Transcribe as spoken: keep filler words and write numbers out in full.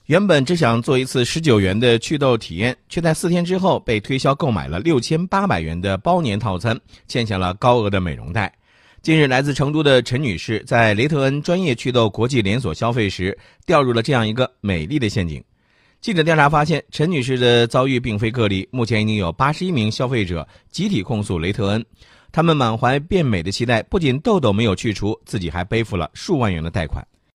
原本只想做一次十九元的祛痘体验，却在四天之后被推销购买了六千八百元的包年套餐，欠下了高额的美容贷。近日，来自成都的陈女士在雷特恩专业祛痘国际连锁消费时，掉入了这样一个美丽的陷阱。记者调查发现，陈女士的遭遇并非个例，目前已经有八十一名消费者集体控诉雷特恩。他们满怀变美的期待，不仅痘痘没有去除，自己还背负了数万元的贷款。